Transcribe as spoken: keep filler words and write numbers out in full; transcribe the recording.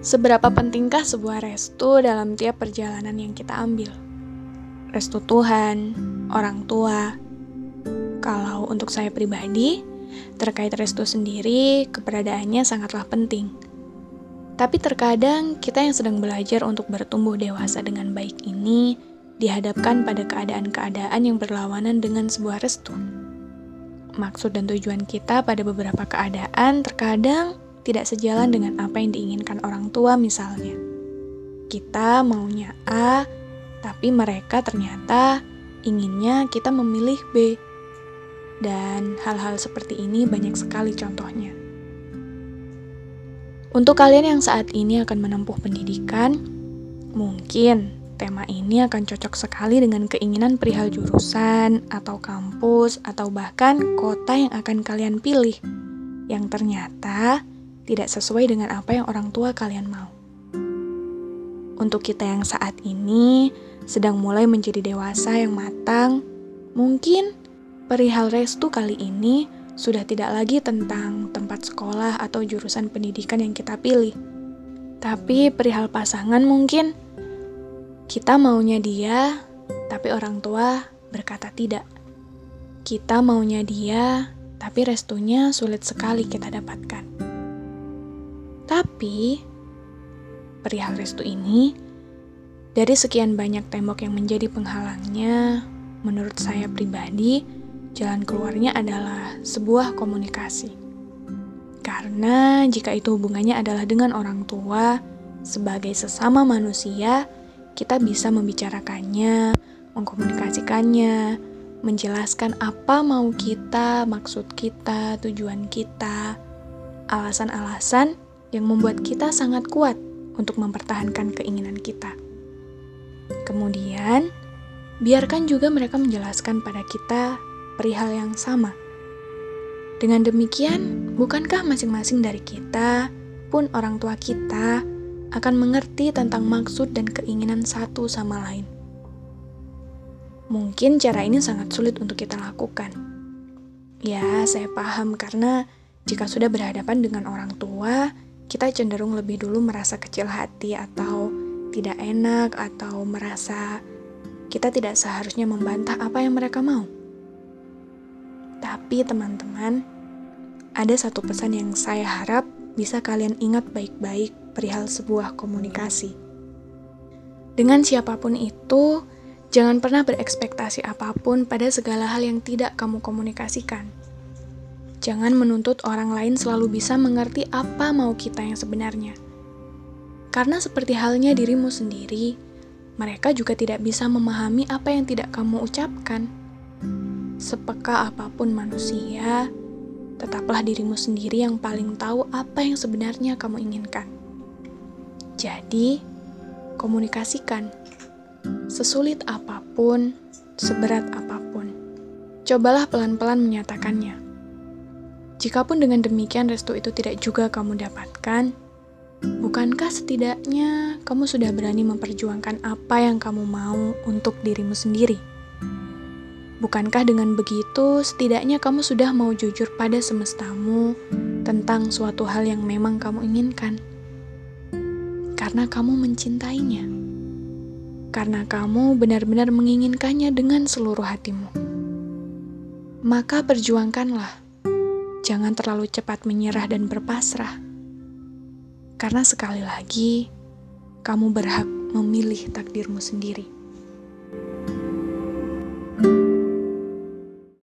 Seberapa pentingkah sebuah restu dalam tiap perjalanan yang kita ambil? Restu Tuhan, orang tua. Kalau untuk saya pribadi, terkait restu sendiri, keberadaannya sangatlah penting. Tapi terkadang kita yang sedang belajar untuk bertumbuh dewasa dengan baik ini dihadapkan pada keadaan-keadaan yang berlawanan dengan sebuah restu. Maksud dan tujuan kita pada beberapa keadaan terkadang tidak sejalan dengan apa yang diinginkan orang tua misalnya. Kita maunya A, tapi mereka ternyata inginnya kita memilih B. Dan hal-hal seperti ini banyak sekali contohnya. Untuk kalian yang saat ini akan menempuh pendidikan, mungkin tema ini akan cocok sekali dengan keinginan perihal jurusan, atau kampus, atau bahkan kota yang akan kalian pilih, yang ternyata tidak sesuai dengan apa yang orang tua kalian mau. Untuk kita yang saat ini sedang mulai menjadi dewasa yang matang, mungkin perihal restu kali ini sudah tidak lagi tentang tempat sekolah atau jurusan pendidikan yang kita pilih. Tapi perihal pasangan mungkin kita maunya dia, tapi orang tua berkata tidak. Kita maunya dia, tapi restunya sulit sekali kita dapatkan. Tapi, perihal restu ini, dari sekian banyak tembok yang menjadi penghalangnya, menurut saya pribadi, jalan keluarnya adalah sebuah komunikasi. Karena jika itu hubungannya adalah dengan orang tua, sebagai sesama manusia, kita bisa membicarakannya, mengkomunikasikannya, menjelaskan apa mau kita, maksud kita, tujuan kita, alasan-alasan yang membuat kita sangat kuat untuk mempertahankan keinginan kita. Kemudian, biarkan juga mereka menjelaskan pada kita perihal yang sama. Dengan demikian, bukankah masing-masing dari kita, pun orang tua kita, akan mengerti tentang maksud dan keinginan satu sama lain? Mungkin cara ini sangat sulit untuk kita lakukan. Ya, saya paham karena jika sudah berhadapan dengan orang tua, kita cenderung lebih dulu merasa kecil hati atau tidak enak atau merasa kita tidak seharusnya membantah apa yang mereka mau. Tapi teman-teman, ada satu pesan yang saya harap bisa kalian ingat baik-baik perihal sebuah komunikasi. Dengan siapapun itu, jangan pernah berekspektasi apapun pada segala hal yang tidak kamu komunikasikan. Jangan menuntut orang lain selalu bisa mengerti apa mau kita yang sebenarnya. Karena seperti halnya dirimu sendiri, mereka juga tidak bisa memahami apa yang tidak kamu ucapkan. Sepeka apapun manusia, tetaplah dirimu sendiri yang paling tahu apa yang sebenarnya kamu inginkan. Jadi, komunikasikan. Sesulit apapun, seberat apapun, cobalah pelan-pelan menyatakannya. Jikapun dengan demikian restu itu tidak juga kamu dapatkan, bukankah setidaknya kamu sudah berani memperjuangkan apa yang kamu mau untuk dirimu sendiri? Bukankah dengan begitu setidaknya kamu sudah mau jujur pada semestamu tentang suatu hal yang memang kamu inginkan? Karena kamu mencintainya. Karena kamu benar-benar menginginkannya dengan seluruh hatimu. Maka perjuangkanlah. Jangan terlalu cepat menyerah dan berpasrah. Karena sekali lagi, kamu berhak memilih takdirmu sendiri.